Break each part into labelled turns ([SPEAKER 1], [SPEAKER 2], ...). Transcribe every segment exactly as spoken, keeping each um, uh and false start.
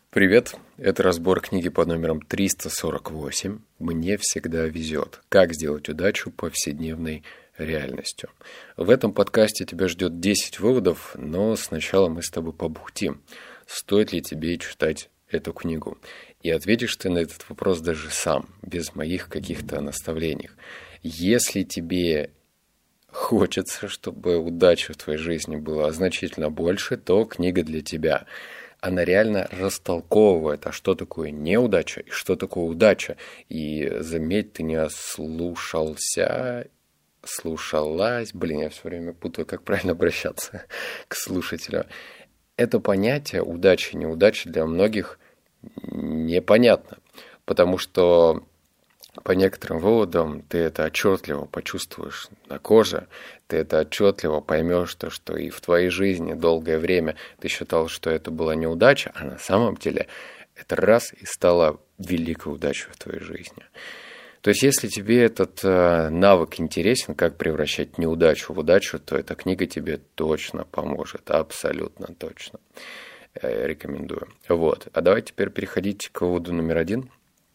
[SPEAKER 1] Привет, это разбор книги под номером триста сорок восемь «Мне всегда везет. Как сделать удачу повседневной реальностью». В этом подкасте тебя ждет десять выводов, но сначала мы с тобой побухтим. Стоит ли тебе читать эту книгу? И ответишь ты на этот вопрос даже сам, без моих каких-то наставлений. Если тебе хочется, чтобы удачи в твоей жизни было значительно больше, то книга для тебя. Она реально растолковывает, а что такое неудача и что такое удача. И заметь, ты не ослушался, слушалась, блин, я все время путаю, как правильно обращаться к слушателю. Это понятие удачи и неудачи для многих непонятно, потому что по некоторым выводам ты это отчетливо почувствуешь на коже, ты это отчетливо поймешь, то, что и в твоей жизни долгое время ты считал, что это была неудача, а на самом деле это раз и стало великой удачей в твоей жизни. То есть, если тебе этот э, навык интересен, как превращать неудачу в удачу, то эта книга тебе точно поможет, абсолютно точно. Э, рекомендую. Вот. А давай теперь переходить к выводу номер один.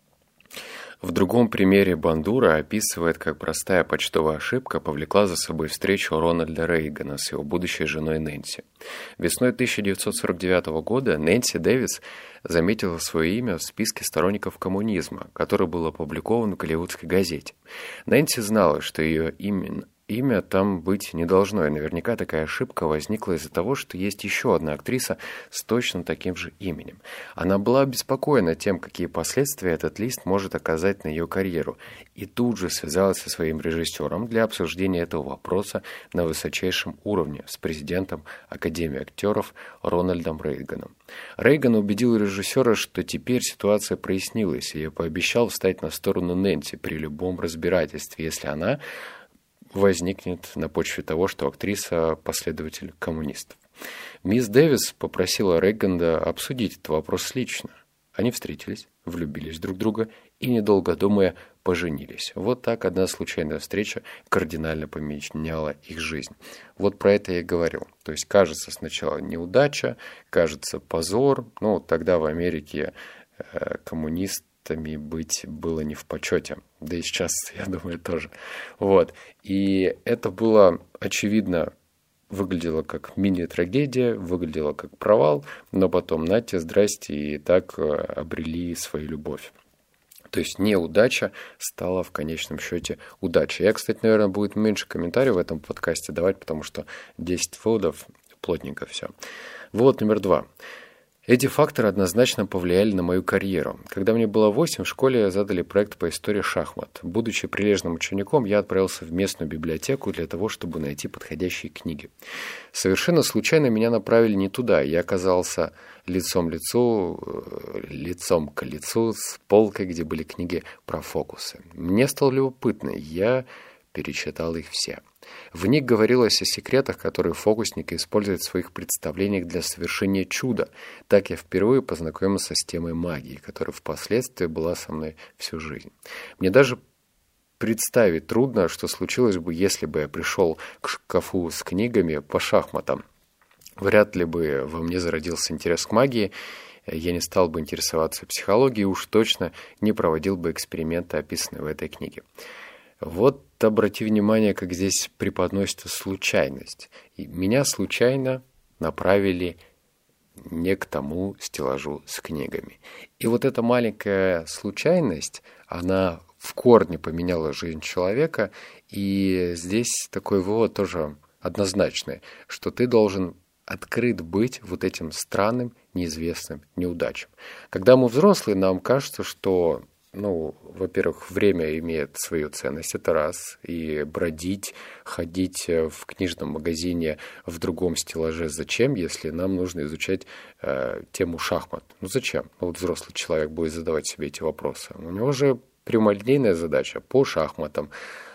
[SPEAKER 1] В другом примере Бандура описывает, как простая почтовая ошибка повлекла за собой встречу Рональда Рейгана с его будущей женой Нэнси. Весной тысяча девятьсот сорок девятого года Нэнси Дэвис заметила свое имя в списке сторонников коммунизма, который был опубликован в голливудской газете. Нэнси знала, что ее имя... Имя там быть не должно, и наверняка такая ошибка возникла из-за того, что есть еще одна актриса с точно таким же именем. Она была обеспокоена тем, какие последствия этот лист может оказать на ее карьеру, и тут же связалась со своим режиссером для обсуждения этого вопроса на высочайшем уровне с президентом Академии актеров Рональдом Рейганом. Рейган убедил режиссера, что теперь ситуация прояснилась, и пообещал встать на сторону Нэнси при любом разбирательстве, если она возникнет на почве того, что актриса – последователь коммунистов. Мисс Дэвис попросила Рейгана обсудить этот вопрос лично. Они встретились, влюбились друг в друга и, недолго думая, поженились. Вот так одна случайная встреча кардинально поменяла их жизнь. Вот про это я и говорил. То есть, кажется сначала неудача, кажется позор. Ну, тогда в Америке э, коммунист быть было не в почете. Да и сейчас, я думаю, тоже. Вот. И это было, очевидно, выглядело как мини-трагедия, выглядело как провал, но потом нате, здрасте, и так обрели свою любовь. То есть неудача стала в конечном счете удачей. Я, кстати, наверное, будет меньше комментариев в этом подкасте давать, потому что десять выводов, плотненько все. Вывод номер два. Эти факторы однозначно повлияли на мою карьеру. Когда мне было восемь, в школе задали проект по истории шахмат. Будучи прилежным учеником, я отправился в местную библиотеку для того, чтобы найти подходящие книги. Совершенно случайно меня направили не туда. Я оказался лицом, лицу, лицом к лицу с полкой, где были книги про фокусы. Мне стало любопытно, я перечитал их все. В них говорилось о секретах, которые фокусники используют в своих представлениях для совершения чуда. Так я впервые познакомился с темой магии, которая впоследствии была со мной всю жизнь. Мне даже представить трудно, что случилось бы, если бы я пришел к шкафу с книгами по шахматам. Вряд ли бы во мне зародился интерес к магии, я не стал бы интересоваться психологией, уж точно не проводил бы эксперименты, описанные в этой книге. Вот обрати внимание, как здесь преподносится случайность. И меня случайно направили не к тому стеллажу с книгами. И вот эта маленькая случайность, она в корне поменяла жизнь человека. И здесь такой вывод тоже однозначный, что ты должен открыт быть вот этим странным, неизвестным неудачам. Когда мы взрослые, нам кажется, что... Ну, во-первых, время имеет свою ценность, это раз. И бродить, ходить в книжном магазине в другом стеллаже зачем, если нам нужно изучать э, тему шахмат? Ну, зачем? Ну, вот взрослый человек будет задавать себе эти вопросы. У него же прямолинейная задача по шахматам.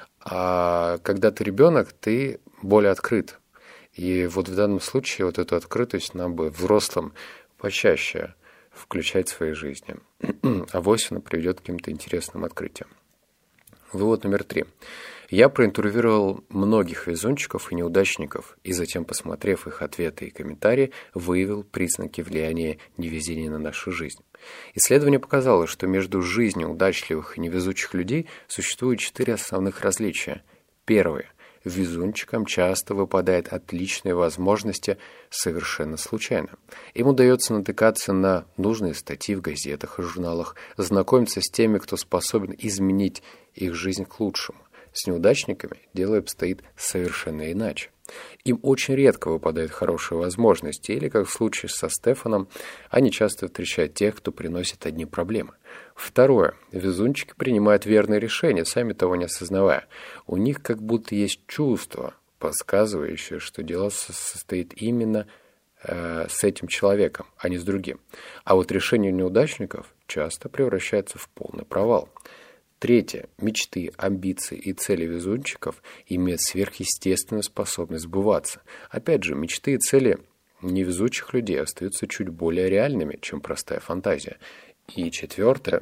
[SPEAKER 1] А когда ты ребенок, ты более открыт. И вот в данном случае вот эту открытость нам бы взрослым почаще включать в своей жизни. Авось она приведет к каким-то интересным открытиям. Вывод номер три. Я проинтервьюировал многих везунчиков и неудачников, и затем, посмотрев их ответы и комментарии, выявил признаки влияния невезения на нашу жизнь. Исследование показало, что между жизнью удачливых и невезучих людей существует четыре основных различия. Первое. Везунчикам часто выпадают отличные возможности совершенно случайно. Им удается натыкаться на нужные статьи в газетах и журналах, знакомиться с теми, кто способен изменить их жизнь к лучшему. С неудачниками дело обстоит совершенно иначе. Им очень редко выпадают хорошие возможности, или, как в случае со Стефаном, они часто встречают тех, кто приносит одни проблемы. Второе. Везунчики принимают верные решения, сами того не осознавая. У них как будто есть чувство, подсказывающее, что дело состоит именно э, с этим человеком, а не с другим. А вот решение неудачников часто превращается в полный провал. Третье. Мечты, амбиции и цели везунчиков имеют сверхъестественную способность сбываться. Опять же, мечты и цели невезучих людей остаются чуть более реальными, чем простая фантазия. И четвертое.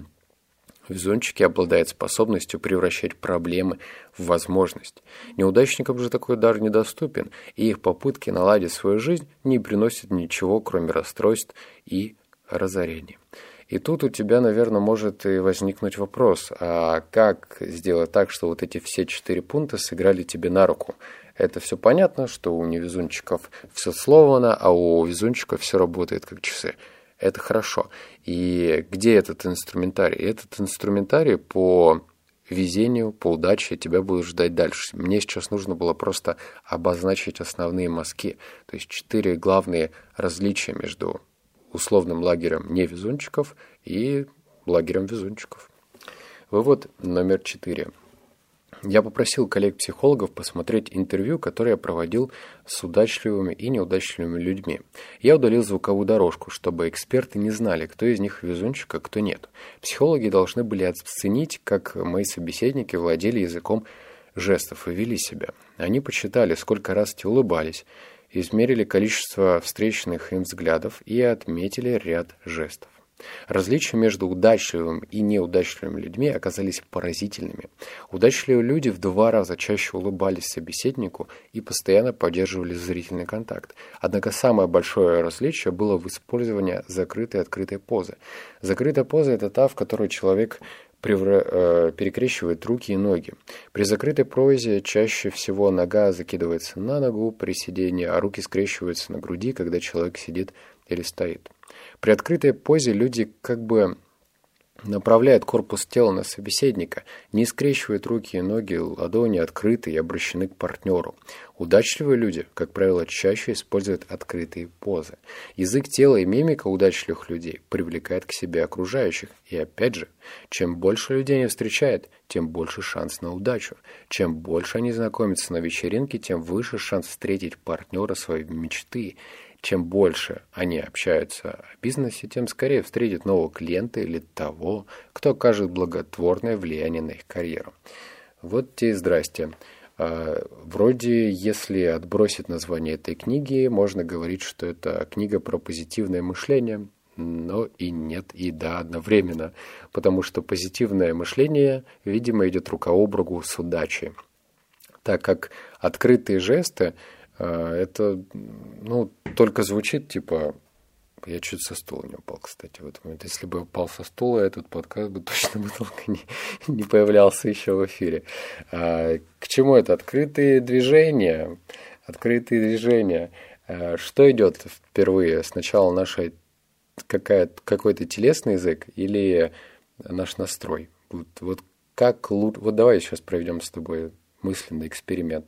[SPEAKER 1] Везунчики обладают способностью превращать проблемы в возможность. Неудачникам же такой дар недоступен, и их попытки наладить свою жизнь не приносят ничего, кроме расстройств и разорений. И тут у тебя, наверное, может и возникнуть вопрос, а как сделать так, что вот эти все четыре пункта сыграли тебе на руку? Это все понятно, что у невезунчиков все словано, а у везунчиков все работает как часы. Это хорошо. И где этот инструментарий? Этот инструментарий по везению, по удаче тебя будет ждать дальше. Мне сейчас нужно было просто обозначить основные мазки. То есть четыре главные различия между условным лагерем невезунчиков и лагерем везунчиков. Вывод номер четыре. Я попросил коллег-психологов посмотреть интервью, которое я проводил с удачливыми и неудачливыми людьми. Я удалил звуковую дорожку, чтобы эксперты не знали, кто из них везунчик, а кто нет. Психологи должны были оценить, как мои собеседники владели языком жестов и вели себя. Они посчитали, сколько раз те улыбались, измерили количество встреченных им взглядов и отметили ряд жестов. Различия между удачливыми и неудачливыми людьми оказались поразительными. Удачливые люди в два раза чаще улыбались собеседнику и постоянно поддерживали зрительный контакт. Однако самое большое различие было в использовании закрытой и открытой позы. Закрытая поза – это та, в которой человек перекрещивает руки и ноги. При закрытой позе чаще всего нога закидывается на ногу при сидении, а руки скрещиваются на груди, когда человек сидит или стоит. При открытой позе люди как бы направляют корпус тела на собеседника, не скрещивают руки и ноги, ладони открыты и обращены к партнеру. Удачливые люди, как правило, чаще используют открытые позы. Язык тела и мимика удачливых людей привлекает к себе окружающих. И опять же, чем больше людей они встречают, тем больше шанс на удачу. Чем больше они знакомятся на вечеринке, тем выше шанс встретить партнера своей мечты. Чем больше они общаются о бизнесе, тем скорее встретят нового клиента или того, кто окажет благотворное влияние на их карьеру. Вот те и здрасте. Вроде, если отбросить название этой книги, можно говорить, что это книга про позитивное мышление, но и нет, и да, одновременно, потому что позитивное мышление, видимо, идет рука об руку с удачей, так как открытые жесты, это, ну, только звучит, типа, я чуть со стула не упал, кстати, в этот момент. Если бы я упал со стула, этот подкаст бы точно бы долго не, не появлялся еще в эфире. А, к чему это? Открытые движения. Открытые движения. А, что идет впервые? Сначала наша какой-то телесный язык или наш настрой? Вот, вот как лучше... Вот давай сейчас проведем с тобой мысленный эксперимент.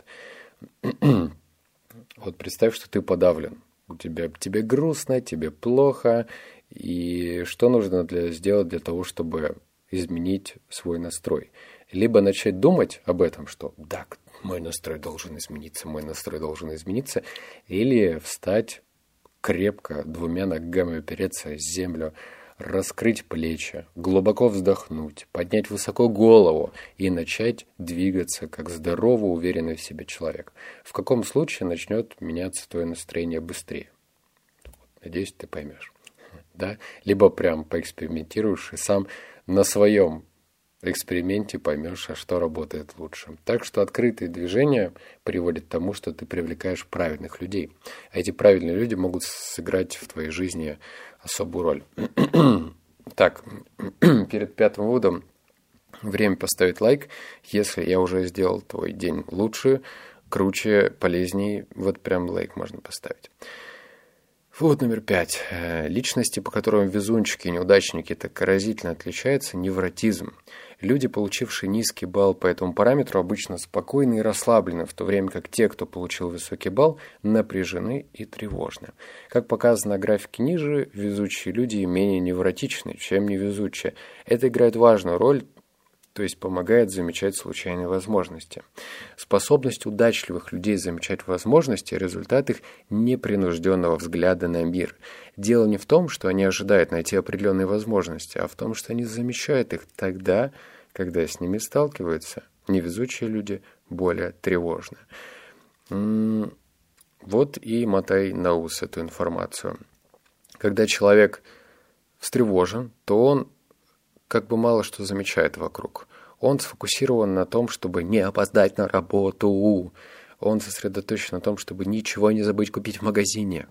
[SPEAKER 1] Вот представь, что ты подавлен. У тебя, тебе грустно, тебе плохо. И что нужно для, сделать для того, чтобы изменить свой настрой? Либо начать думать об этом, что да, мой настрой должен измениться, мой настрой должен измениться. Или встать крепко, двумя ногами опереться о землю, раскрыть плечи, глубоко вздохнуть, поднять высоко голову и начать двигаться как здоровый, уверенный в себе человек. В каком случае начнет меняться твое настроение быстрее? Надеюсь, ты поймешь. Да? Либо прям поэкспериментируешь и сам на своем эксперименте поймешь, а что работает лучше. Так что открытые движения приводят к тому, что ты привлекаешь правильных людей. А эти правильные люди могут сыграть в твоей жизни особую роль. Так, перед пятым выводом время поставить лайк, если я уже сделал твой день лучше, круче, полезнее. Вот прям лайк можно поставить. Вывод номер пять. Личности, по которым везунчики и неудачники так разительно отличаются, невротизм. Люди, получившие низкий балл по этому параметру, обычно спокойны и расслаблены, в то время как те, кто получил высокий балл, напряжены и тревожны. Как показано на графике ниже, везучие люди менее невротичны, чем невезучие. Это играет важную роль, то есть помогает замечать случайные возможности. Способность удачливых людей замечать возможности – результат их непринужденного взгляда на мир. Дело не в том, что они ожидают найти определенные возможности, а в том, что они замечают их тогда, когда с ними сталкиваются. Невезучие люди более тревожны. Вот и мотай на ус эту информацию. Когда человек встревожен, то он как бы мало что замечает вокруг. Он сфокусирован на том, чтобы не опоздать на работу. Он сосредоточен на том, чтобы ничего не забыть купить в магазине.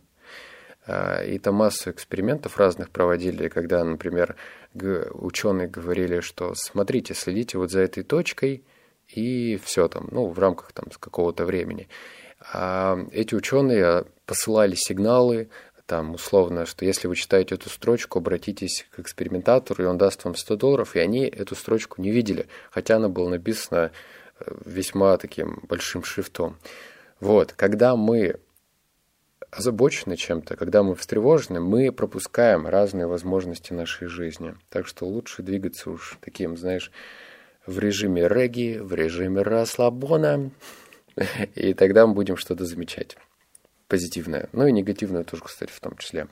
[SPEAKER 1] И там массу экспериментов разных проводили, когда, например, ученые говорили, что смотрите, следите вот за этой точкой, и все там, ну, в рамках там какого-то времени. А эти ученые посылали сигналы, там, условно, что если вы читаете эту строчку, обратитесь к экспериментатору, и он даст вам сто долларов, и они эту строчку не видели, хотя она была написана весьма таким большим шрифтом. Вот, когда мы озабочены чем-то, когда мы встревожены, мы пропускаем разные возможности нашей жизни. Так что лучше двигаться уж таким, знаешь, в режиме регги, в режиме расслабона, и тогда мы будем что-то замечать. Позитивное, ну и негативное тоже, кстати, в том числе.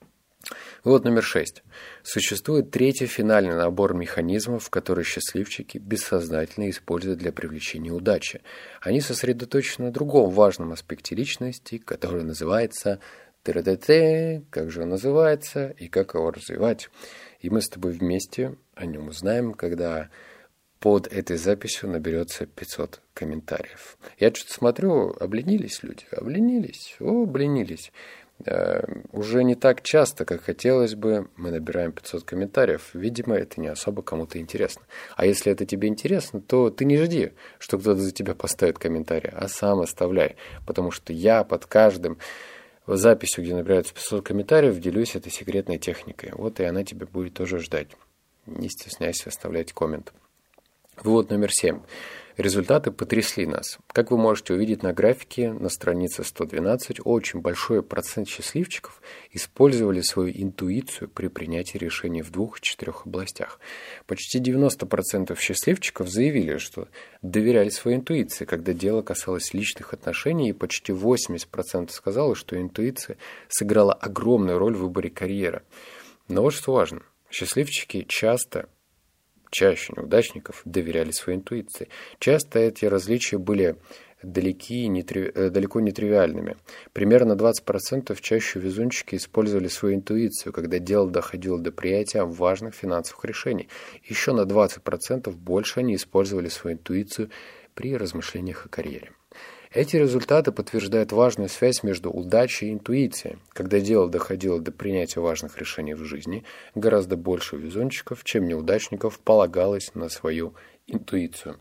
[SPEAKER 1] Вывод номер шесть. Существует третий финальный набор механизмов, которые счастливчики бессознательно используют для привлечения удачи. Они сосредоточены на другом важном аспекте личности, который называется ТРТТ, как же он называется и как его развивать. И мы с тобой вместе о нем узнаем, когда под этой записью наберется пятьсот комментариев. Я что-то смотрю, обленились люди, обленились, о, обленились. Э, уже не так часто, как хотелось бы, мы набираем пятьсот комментариев. Видимо, это не особо кому-то интересно. А если это тебе интересно, то ты не жди, что кто-то за тебя поставит комментарий, а сам оставляй. Потому что я под каждым записью, где набирается пятьсот комментариев, делюсь этой секретной техникой. Вот и она тебя будет тоже ждать. Не стесняйся оставлять коммент. Вывод номер семь. Результаты потрясли нас. Как вы можете увидеть на графике на странице сто двенадцать, очень большой процент счастливчиков использовали свою интуицию при принятии решений в двух из четырех областях. Почти девяносто процентов счастливчиков заявили, что доверяли своей интуиции, когда дело касалось личных отношений, и почти восемьдесят процентов сказало, что интуиция сыграла огромную роль в выборе карьеры. Но вот что важно. Счастливчики часто... чаще неудачников доверяли своей интуиции. Часто эти различия были далеки, нетри... далеко не тривиальными. Примерно двадцать процентов чаще везунчики использовали свою интуицию, когда дело доходило до принятия важных финансовых решений. Еще на двадцать процентов больше они использовали свою интуицию при размышлениях о карьере. Эти результаты подтверждают важную связь между удачей и интуицией. Когда дело доходило до принятия важных решений в жизни, гораздо больше везунчиков, чем неудачников, полагалось на свою интуицию.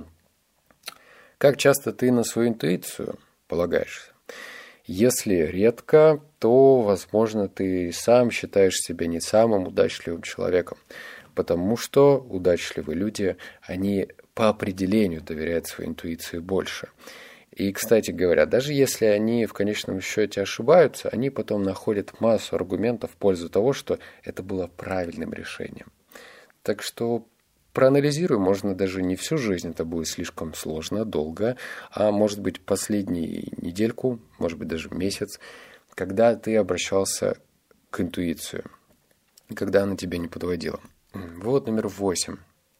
[SPEAKER 1] Как часто ты на свою интуицию полагаешься? Если редко, то, возможно, ты сам считаешь себя не самым удачливым человеком, потому что удачливые люди, они по определению доверяют своей интуиции больше. И, кстати говоря, даже если они в конечном счете ошибаются, они потом находят массу аргументов в пользу того, что это было правильным решением. Так что проанализируй, можно даже не всю жизнь, это будет слишком сложно, долго, а может быть последнюю недельку, может быть даже месяц, когда ты обращался к интуиции, когда она тебя не подводила. Вывод номер восемь.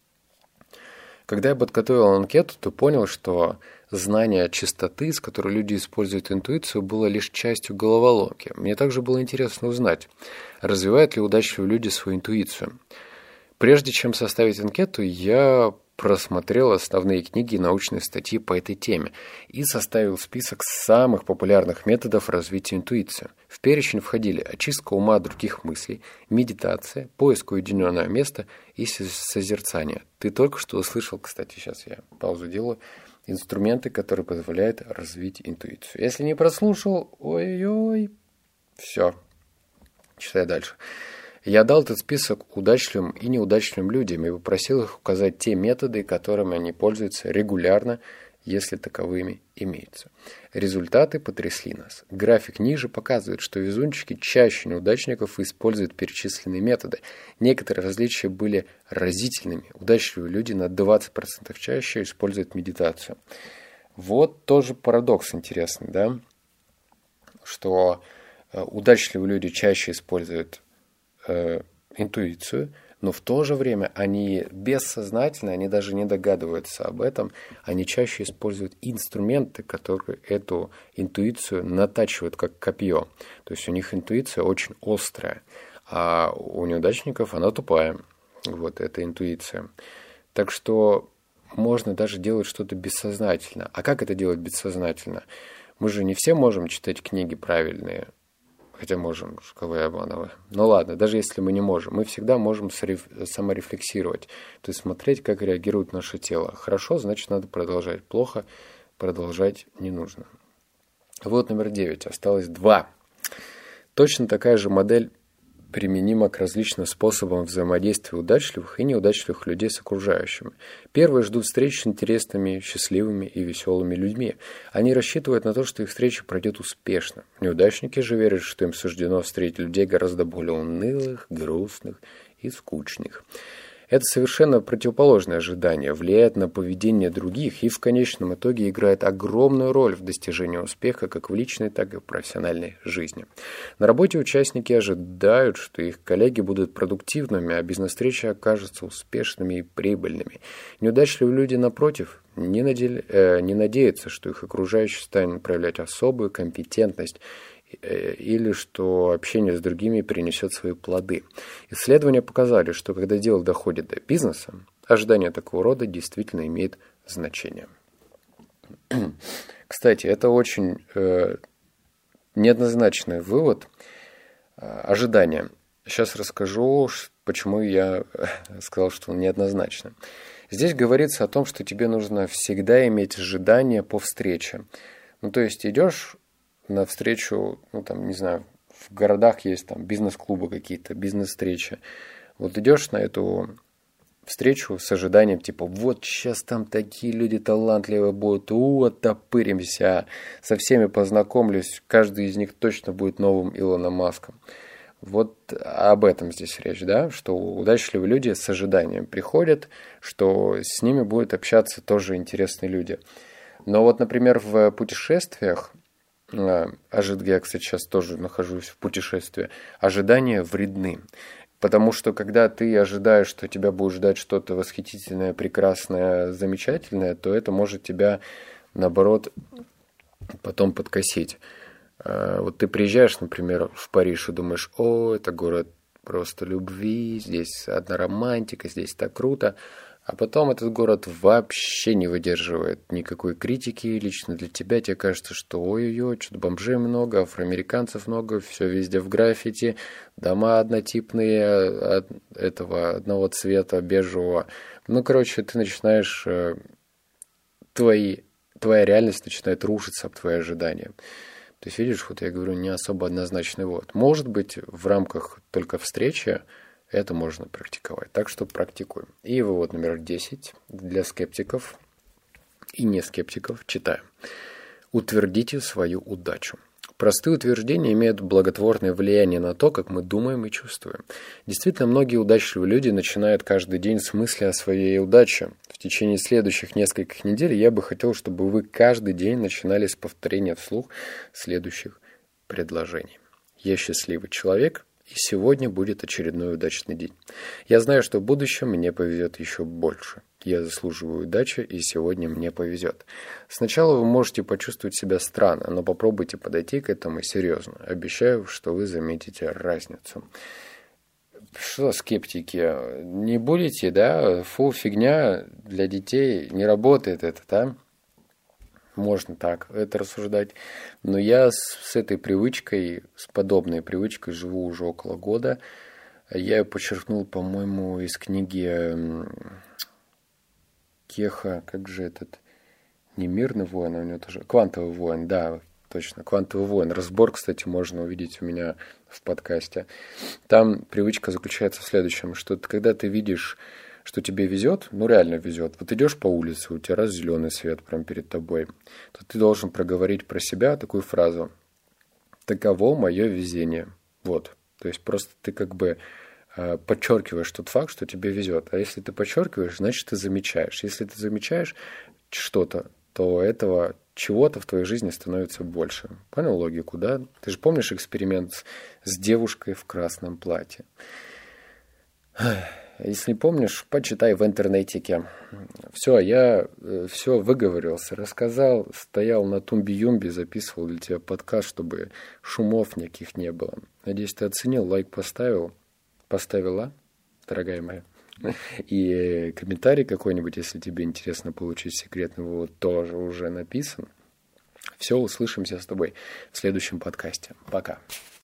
[SPEAKER 1] Когда я подготовил анкету, то понял, что знание чистоты, с которой люди используют интуицию, было лишь частью головоломки. Мне также было интересно узнать, развивают ли удачливые люди свою интуицию. Прежде чем составить анкету, я просмотрел основные книги и научные статьи по этой теме и составил список самых популярных методов развития интуиции. В перечень входили очистка ума от других мыслей, медитация, поиск уединенного места и созерцание. Ты только что услышал, кстати, сейчас я паузу делаю, инструменты, которые позволяют развить интуицию. Если не прослушал, ой-ой-ой, все, читай дальше. Я дал этот список удачливым и неудачливым людям и попросил их указать те методы, которыми они пользуются регулярно, если таковыми имеются. Результаты потрясли нас. График ниже показывает, что везунчики чаще неудачников используют перечисленные методы. Некоторые различия были разительными. Удачливые люди на двадцать процентов чаще используют медитацию. Вот тоже парадокс интересный, да? Что удачливые люди чаще используют интуицию, но в то же время они бессознательно, они даже не догадываются об этом, они чаще используют инструменты, которые эту интуицию натачивают как копье. То есть у них интуиция очень острая, а у неудачников она тупая. Вот эта интуиция. Так что можно даже делать что-то бессознательно. А как это делать бессознательно? Мы же не все можем читать книги правильные. Хотя можем, кого я обманываю. Ну ладно, даже если мы не можем, мы всегда можем саморефлексировать. То есть смотреть, как реагирует наше тело. Хорошо, значит, надо продолжать. Плохо, продолжать не нужно. Вот номер девять. Осталось два. Точно такая же модель применима к различным способам взаимодействия удачливых и неудачливых людей с окружающими. Первые ждут встреч с интересными, счастливыми и веселыми людьми. Они рассчитывают на то, что их встреча пройдет успешно. Неудачники же верят, что им суждено встретить людей гораздо более унылых, грустных и скучных. Это совершенно противоположное ожидание, влияет на поведение других и в конечном итоге играет огромную роль в достижении успеха как в личной, так и в профессиональной жизни. На работе участники ожидают, что их коллеги будут продуктивными, а бизнес-встречи окажутся успешными и прибыльными. Неудачливые люди, напротив, не, надел... э, не надеются, что их окружающие станут проявлять особую компетентность или что общение с другими принесет свои плоды. Исследования показали, что когда дело доходит до бизнеса, ожидание такого рода действительно имеет значение. Кстати, это очень э, неоднозначный вывод э, ожидания. Сейчас расскажу, почему я сказал, что он неоднозначный. Здесь говорится о том, что тебе нужно всегда иметь ожидания по встрече. Ну, то есть идешь на встречу, ну там, не знаю, в городах есть там бизнес-клубы какие-то, бизнес-встречи. Вот идешь на эту встречу с ожиданием, типа, вот сейчас там такие люди талантливые будут, у, оттопыримся, со всеми познакомлюсь, каждый из них точно будет новым Илоном Маском. Вот об этом здесь речь, да, что удачливые люди с ожиданием приходят, что с ними будут общаться тоже интересные люди. Но вот, например, в путешествиях, я, кстати, сейчас тоже нахожусь в путешествии, ожидания вредны. Потому что когда ты ожидаешь, что тебя будет ждать что-то восхитительное, прекрасное, замечательное, то это может тебя, наоборот, потом подкосить. Вот ты приезжаешь, например, в Париж и думаешь, о, это город просто любви, здесь одна романтика, здесь так круто. А потом этот город вообще не выдерживает никакой критики лично для тебя. Тебе кажется, что ой-ой-ой, что-то бомжей много, афроамериканцев много, все везде в граффити, дома однотипные, этого одного цвета, бежевого. Ну, короче, ты начинаешь, твои, твоя реальность начинает рушиться об твои ожидания. То есть, видишь, вот я говорю, не особо однозначный вывод. Может быть, в рамках только встречи это можно практиковать. Так что практикуем. И вывод номер десять для скептиков и не скептиков. Читаем. Утвердите свою удачу. Простые утверждения имеют благотворное влияние на то, как мы думаем и чувствуем. Действительно, многие удачливые люди начинают каждый день с мысли о своей удаче. В течение следующих нескольких недель я бы хотел, чтобы вы каждый день начинали с повторения вслух следующих предложений. Я счастливый человек, и сегодня будет очередной удачный день. Я знаю, что в будущем мне повезет еще больше. Я заслуживаю удачи, и сегодня мне повезет. Сначала вы можете почувствовать себя странно, но попробуйте подойти к этому серьезно. Обещаю, что вы заметите разницу. что скептики, не будете, да, фу, фигня, для детей не работает это, да? Можно так это рассуждать. Но я с, с этой привычкой, с подобной привычкой живу уже около года. Я ее подчеркнул, по-моему, из книги Кеха, как же этот, не «Мирный воин», а у него тоже, «Квантовый воин», да, точно, «Квантовый воин». Разбор, кстати, можно увидеть у меня в подкасте. Там привычка заключается в следующем, что когда ты видишь, что тебе везет, ну реально везет. Вот идешь по улице, у тебя раз зеленый свет прямо перед тобой, то ты должен проговорить про себя такую фразу: «Таково мое везение». Вот. То есть просто ты как бы э, подчеркиваешь тот факт, что тебе везет. А если ты подчеркиваешь, значит ты замечаешь. Если ты замечаешь что-то, то этого чего-то в твоей жизни становится больше. Понял логику, да? Ты же помнишь эксперимент с, с девушкой в красном платье? Если не помнишь, почитай в интернетике. Все, я все выговорился, рассказал, стоял на тумби-юмби, записывал для тебя подкаст, чтобы шумов никаких не было. Надеюсь, ты оценил, лайк поставил, поставила, дорогая моя. И комментарий какой-нибудь, если тебе интересно получить секретный вывод, тоже уже написан. Все, услышимся с тобой в следующем подкасте. Пока.